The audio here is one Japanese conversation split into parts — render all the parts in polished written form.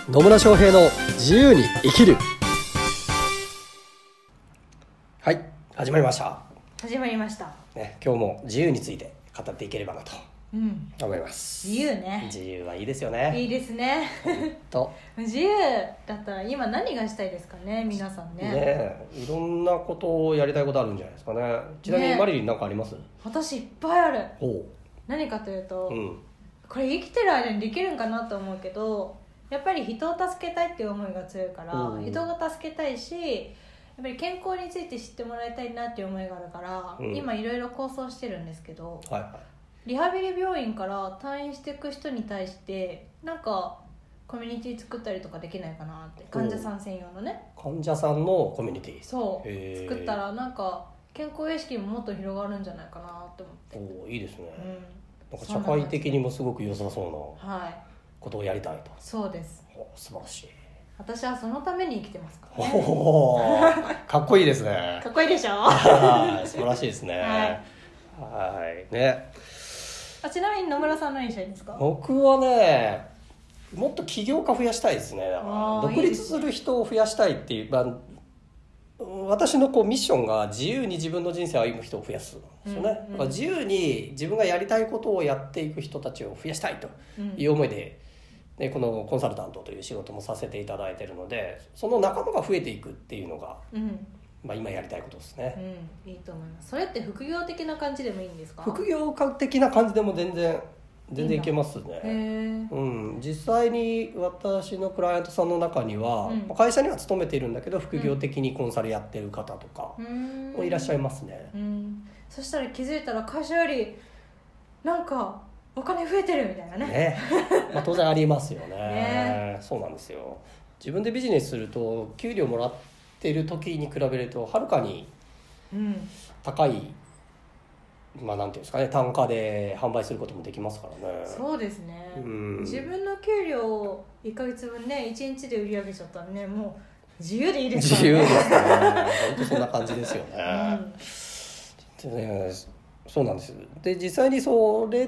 野村翔平の自由に生きる。はい、始まりました。 始まりました、 ね、今日も自由について語っていければなと思います。 自由ね。 自由はいいですよね。 いいですね自由だったら今何がしたいですかね、皆さん ね。 いろんなことをやりたいことあるんじゃないですかね。ちなみにマリリン何かあります？ 私いっぱいある。 ほう。 何かというと、 うんこれ生きてる間にできるんかなと思うけど、やっぱり人を助けたいっていう思いが強いから、人を助けたいし、やっぱり健康について知ってもらいたいなっていう思いがあるから、今いろいろ構想してるんですけど、 はいはい、 リハビリ病院から退院していく人に対してなんかコミュニティ作ったりとかできないかなって。患者さん専用のね、 患者さんのコミュニティ。 そう作ったらなんか健康意識ももっと広がるんじゃないかなって思って。 いいですね、なんか社会的にもすごく良さそうなはい、 ことをやりたいと。 そうです。 素晴らしい。 私はそのために生きてますからね。 かっこいいですね。 かっこいいでしょはい、素晴らしいですね。はいね。 ちなみに野村さん何したいんですか？ 僕はね、もっと起業家増やしたいですね。だから独立する人を増やしたいっていう、私のミッションが自由に自分の人生を歩む人を増やすんですよね。だから自由に自分がやりたいことをやっていく人たちを増やしたいという思いで、でこのコンサルタントという仕事もさせていただいているので、その仲間が増えていくっていうのが、今やりたいことですね。 いいと思います。それって副業的な感じでもいいんですか？ 副業家的な感じでも全然いけますね。実際に私のクライアントさんの中には、会社には勤めているんだけど副業的にコンサルやってる方とかもいらっしゃいますね。 そしたら気づいたら会社よりなんかお金増えてるみたいなね。 当然ありますよね。そうなんですよ。自分でビジネスすると給料もらってる時に比べるとはるかに高い、なんていうんですかね、単価で販売することもできますからね。 そうですね、自分の給料を1ヶ月分ね1日で売り上げちゃったらね、もう自由でいいですからね。 自由ですね。本当そんな感じですよね。そうなんです。で実際にそれって、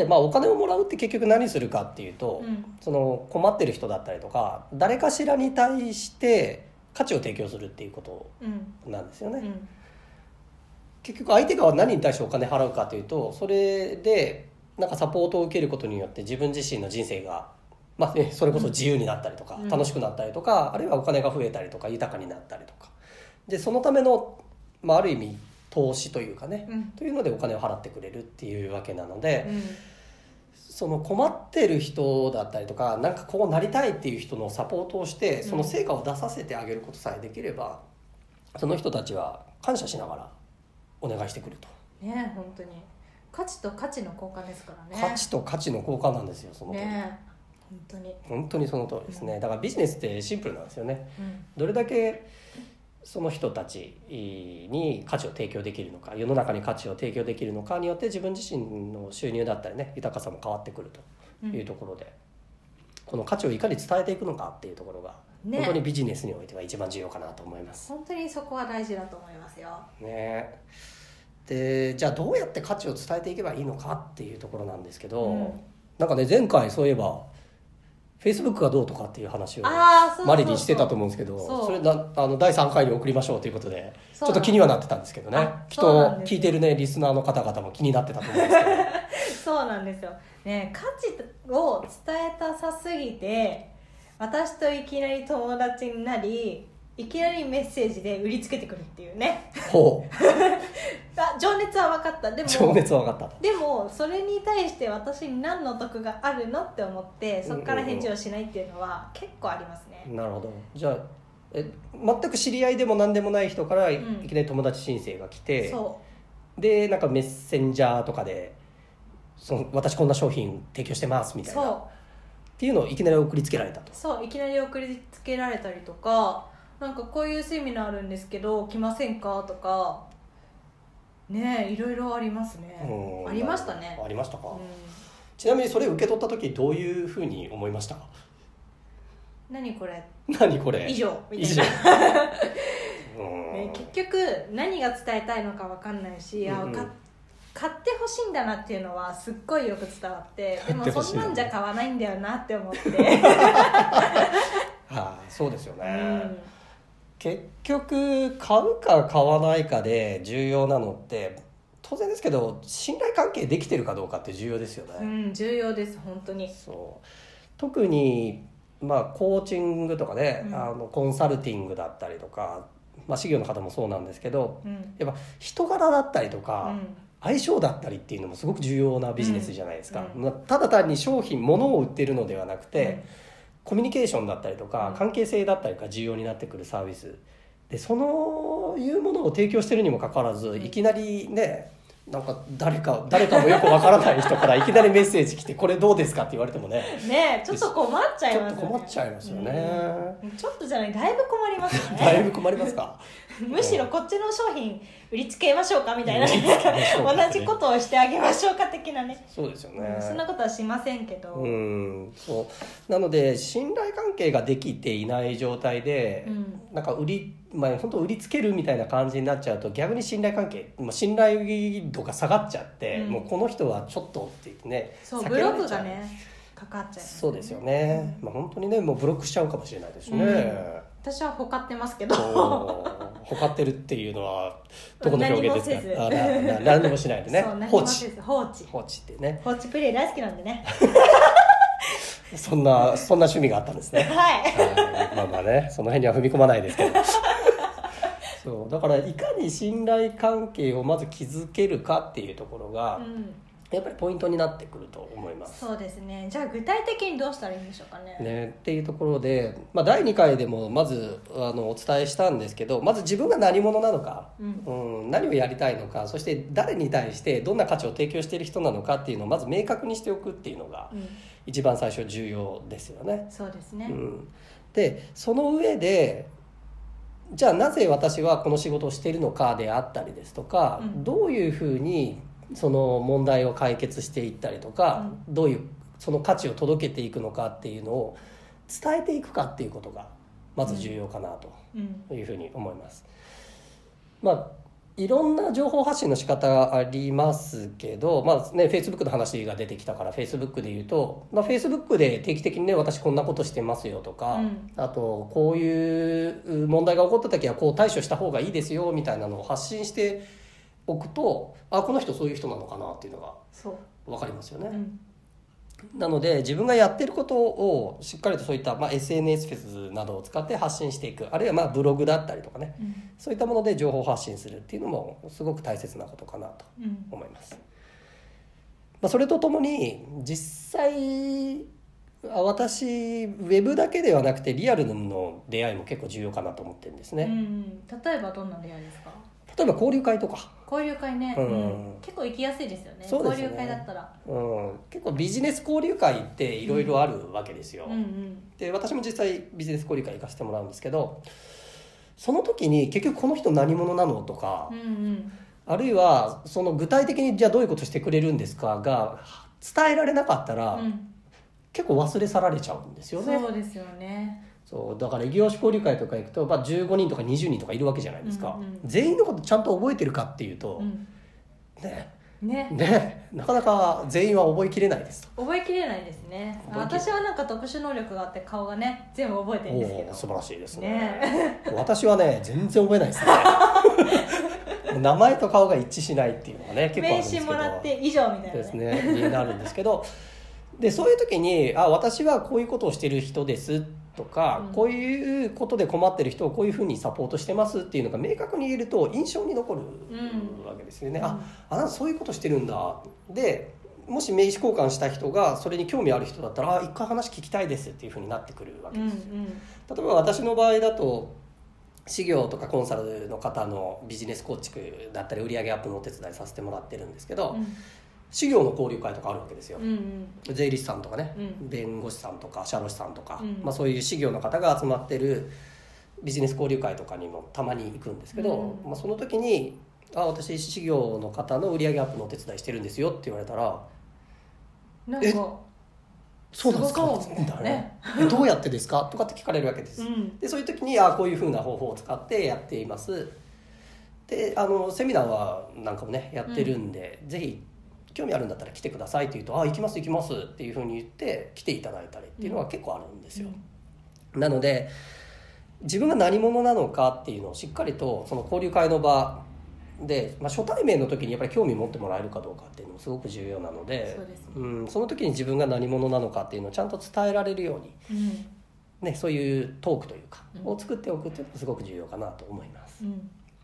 お金をもらうって結局何するかっていうと、その困ってる人だったりとか誰かしらに対して価値を提供するっていうことなんですよね。結局相手が何に対してお金払うかというと、それでなんかサポートを受けることによって自分自身の人生が、それこそ自由になったりとか、楽しくなったりとか、あるいはお金が増えたりとか豊かになったりとかで、そのための、ある意味投資というかね、というのでお金を払ってくれるっていうわけなので、その困ってる人だったりとか、なんかこうなりたいっていう人のサポートをして、その成果を出させてあげることさえできれば、その人たちは感謝しながらお願いしてくると。 ね、本当に価値と価値の交換ですからね。 価値と価値の交換なんですよ、その通り。本当にその通りですね。だからビジネスってシンプルなんですよね。どれだけその人たちに価値を提供できるのか、世の中に価値を提供できるのかによって自分自身の収入だったりね、豊かさも変わってくるというところで、この価値をいかに伝えていくのかっていうところが、本当にビジネスにおいては一番重要かなと思います。 本当にそこは大事だと思いますよ。 でじゃあどうやって価値を伝えていけばいいのかっていうところなんですけど、なんかね、前回そういえばFacebook がどうとかっていう話をマリにしてたと思うんですけど、それ第3回に送りましょうということでちょっと気にはなってたんですけどね。きっと聞いてるねリスナーの方々も気になってたと思うんですけどそうなんですよね。価値を伝えたさすぎて、私といきなり友達になり、いきなりメッセージで売りつけてくるっていうね。情熱は分かった。でも情熱は分かった。でもそれに対して私に何の得があるのって思って、そこから返事をしないっていうのは結構ありますね。 なるほど。じゃあ全く知り合いでも何でもない人からいきなり友達申請が来て、でなんかメッセンジャーとかで私こんな商品提供してますみたいなっていうのをいきなり送りつけられたと。 そういきなり送りつけられたりとか、なんかこういうセミナーあるんですけど来ませんかとかね、いろいろありますね。ありましたね。 ありましたか。ちなみにそれを受け取った時どういうふうに思いました？ 何これ以上みたいな結局何が伝えたいのか分かんないし、買ってほしいんだなっていうのはすっごいよく伝わって、でもそんなんじゃ買わないんだよなって思ってそうですよね、結局買うか買わないかで重要なのって当然ですけど信頼関係できてるかどうかって重要ですよね、 重要です本当に。 そう特にコーチングとかね、コンサルティングだったりとか、事業の方もそうなんですけど、やっぱ人柄だったりとか、相性だったりっていうのもすごく重要なビジネスじゃないですか、ただ単に商品物を売ってるのではなくて、コミュニケーションだったりとか関係性だったりが重要になってくるサービスで、そのいうものを提供してるにもかかわらず、いきなりねなんか誰かもよくわからない人からいきなりメッセージ来てこれどうですかって言われてもねちょっと困っちゃいますよね。 ちょっと困っちゃいますよね、 ちょっとじゃないだいぶ困りますよねだいぶ困りますかむしろこっちの商品売りつけましょうかみたいな、同じことをしてあげましょうか的なね。 そうですよね、 そんなことはしませんけど、 そうなので信頼関係ができていない状態で、なんか本当売りつけるみたいな感じになっちゃうと逆に信頼関係、信頼度が下がっちゃって、もうこの人はちょっとって言ってね、 そうブロックがねかかっちゃう、 そうですよね、本当にねもうブロックしちゃうかもしれないですね、 私はほかってますけどほかってるっていうのはどこの表現ですか？何もしないでね放置ってね、 放置プレイ大好きなんでねそんな趣味があったんですねはい、ねその辺には踏み込まないですけどそうだからいかに信頼関係をまず築けるかっていうところが、やっぱりポイントになってくると思います。 そうですね。じゃあ具体的にどうしたらいいんでしょうかね。 っていうところで、第2回でもまずお伝えしたんですけど、まず自分が何者なのか、何をやりたいのか、そして誰に対してどんな価値を提供している人なのかっていうのをまず明確にしておくっていうのが一番最初重要ですよね。 そうですね、 でその上でじゃあなぜ私はこの仕事をしているのかであったりですとか、どういうふうにその問題を解決していったりとか、どういうその価値を届けていくのかっていうのを伝えていくかっていうことがまず重要かなというふうに思います。いろんな情報発信の仕方がありますけど、Facebook の話が出てきたから Facebook で言うと、Facebook で定期的にね私こんなことしてますよとか、あとこういう問題が起こった時はこう対処した方がいいですよみたいなのを発信しておくと、この人そういう人なのかなっていうのが分かりますよね。なので自分がやってることをしっかりとそういった、SNS フェスなどを使って発信していく、あるいはブログだったりとかね、そういったもので情報発信するっていうのもすごく大切なことかなと思います。それとともに実際私ウェブだけではなくてリアルの出会いも結構重要かなと思ってるんですね。 例えばどんな出会いですか？ 例えば交流会とか。 交流会ね、結構行きやすいですよね。交流会だったら、 結構ビジネス交流会っていろいろあるわけですよ。で私も実際ビジネス交流会行かせてもらうんですけど、その時に結局この人何者なのとか、あるいはその具体的にじゃあどういうことしてくれるんですかが伝えられなかったら、結構忘れ去られちゃうんですよね。 そうですよね。 そうだから異業種交流会とか行くと、15人とか20人とかいるわけじゃないですか、全員のことちゃんと覚えてるかっていうと、なかなか全員は覚えきれないですと。 覚えきれないですね。私はなんか特殊能力があって顔がね全部覚えてるんですけど。 素晴らしいですね。私はね全然覚えないですね名前と顔が一致しないっていうのがね結構あるんですけど、 名刺もらって以上みたいなですねになるんですけどでそういう時に私はこういうことをしてる人ですとか、こういうことで困ってる人をこういうふうにサポートしてますっていうのが明確に言えると印象に残るわけですよね。あなたそういうことしてるんだ。でもし名刺交換した人がそれに興味ある人だったら一回話聞きたいですっていうふうになってくるわけです。例えば私の場合だと事業とかコンサルの方のビジネス構築だったり売上アップのお手伝いさせてもらってるんですけど、事業の交流会とかあるわけですよ、税理士さんとかね、弁護士さんとか社労士さんとか、そういう事業の方が集まってるビジネス交流会とかにもたまに行くんですけど、その時に私事業の方の売上アップのお手伝いしてるんですよって言われたらなんかそうなんですかみたいなねどうやってですかとかって聞かれるわけです、でそういう時にこういうふうな方法を使ってやっていますでセミナーはなんかもねやってるんで、ぜひ興味あるんだったら来てくださいって言うと行きますっていうふうに言って来ていただいたりっていうのは結構あるんですよ、 なので自分が何者なのかっていうのをしっかりとその交流会の場で、初対面の時にやっぱり興味持ってもらえるかどうかっていうのもすごく重要なので、 そうですね、 その時に自分が何者なのかっていうのをちゃんと伝えられるように、そういうトークというか、を作っておくっていうのがすごく重要かなと思います、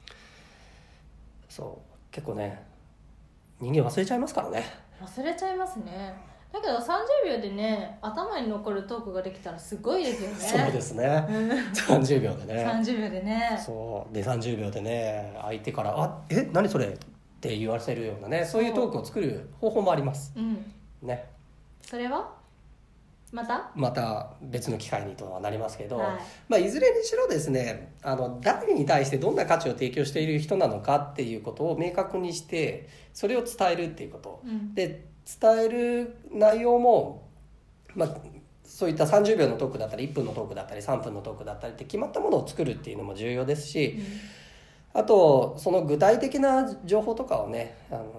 そう結構ね人間忘れちゃいますからね。 忘れちゃいますね。だけど30秒でね頭に残るトークができたらすごいですよね。 そうですね30秒でね 30秒でねそうで30秒でね相手から何それって言わせるようなねそういうトークを作る方法もあります、ね。 それはまた別の機会にとはなりますけど、 はいいずれにしろですね誰に対してどんな価値を提供している人なのかっていうことを明確にしてそれを伝えるっていうこと、で伝える内容も、そういった30秒のトークだったり1分のトークだったり3分のトークだったりって決まったものを作るっていうのも重要ですし、あとその具体的な情報とかをね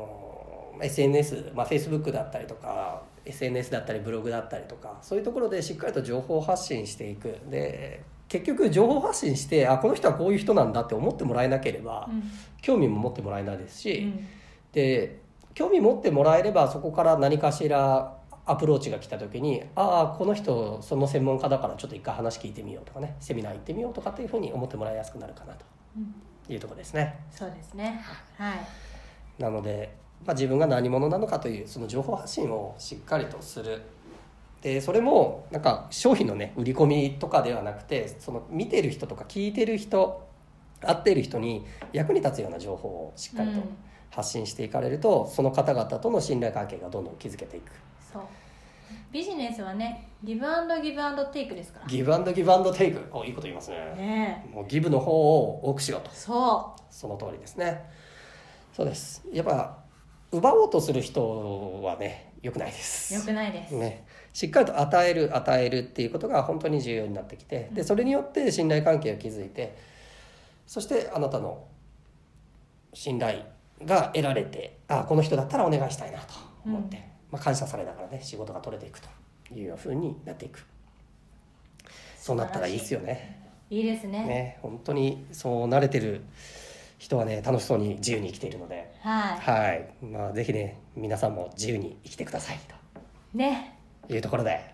SNS、Facebook だったりとか SNS だったりブログだったりとかそういうところでしっかりと情報発信していく。で結局情報発信してこの人はこういう人なんだって思ってもらえなければ、興味も持ってもらえないですし、で興味持ってもらえればそこから何かしらアプローチが来た時にこの人その専門家だからちょっと一回話聞いてみようとかねセミナー行ってみようとかっていうふうに思ってもらいやすくなるかなというところですね、 そうですね。はい。 なので、自分が何者なのかというその情報発信をしっかりとする。でそれもなんか商品のね売り込みとかではなくてその見てる人とか聞いてる人会ってる人に役に立つような情報をしっかりと発信していかれると、その方々との信頼関係がどんどん築けていく。 そうビジネスはねギブアンドギブアンドテイクですから。 ギブアンドギブアンドテイクいいこと言います ね。もうギブの方を多くしようと。その通りですね。そうです。やっぱ奪おうとする人はね良くないです。 良くないです、 ね、しっかりと与えるっていうことが本当に重要になってきて、でそれによって信頼関係を築いて、そしてあなたの信頼が得られてこの人だったらお願いしたいなと思って、感謝されながらね仕事が取れていくというふうになっていく。そうなったらいいですよね。 いいですね。 本当にそう慣れてる人はね楽しそうに自由に生きているので、ぜひね皆さんも自由に生きてくださいというところで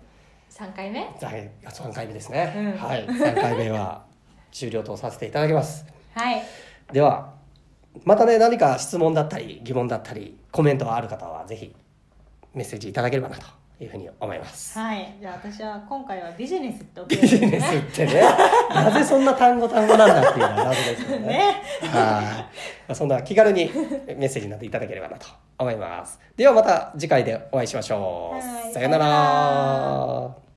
3回目 3回目ですね、3回目は終了とさせていただきます。ではまたね何か質問だったり疑問だったりコメントがある方はぜひメッセージいただければなというふうに思います。 じゃあ私は今回はビジネスってビジネスってねなぜそんな単語なんだっていうのは謎ですよね。そんな気軽にメッセージなどいただければなと思います。ではまた次回でお会いしましょう。さよなら。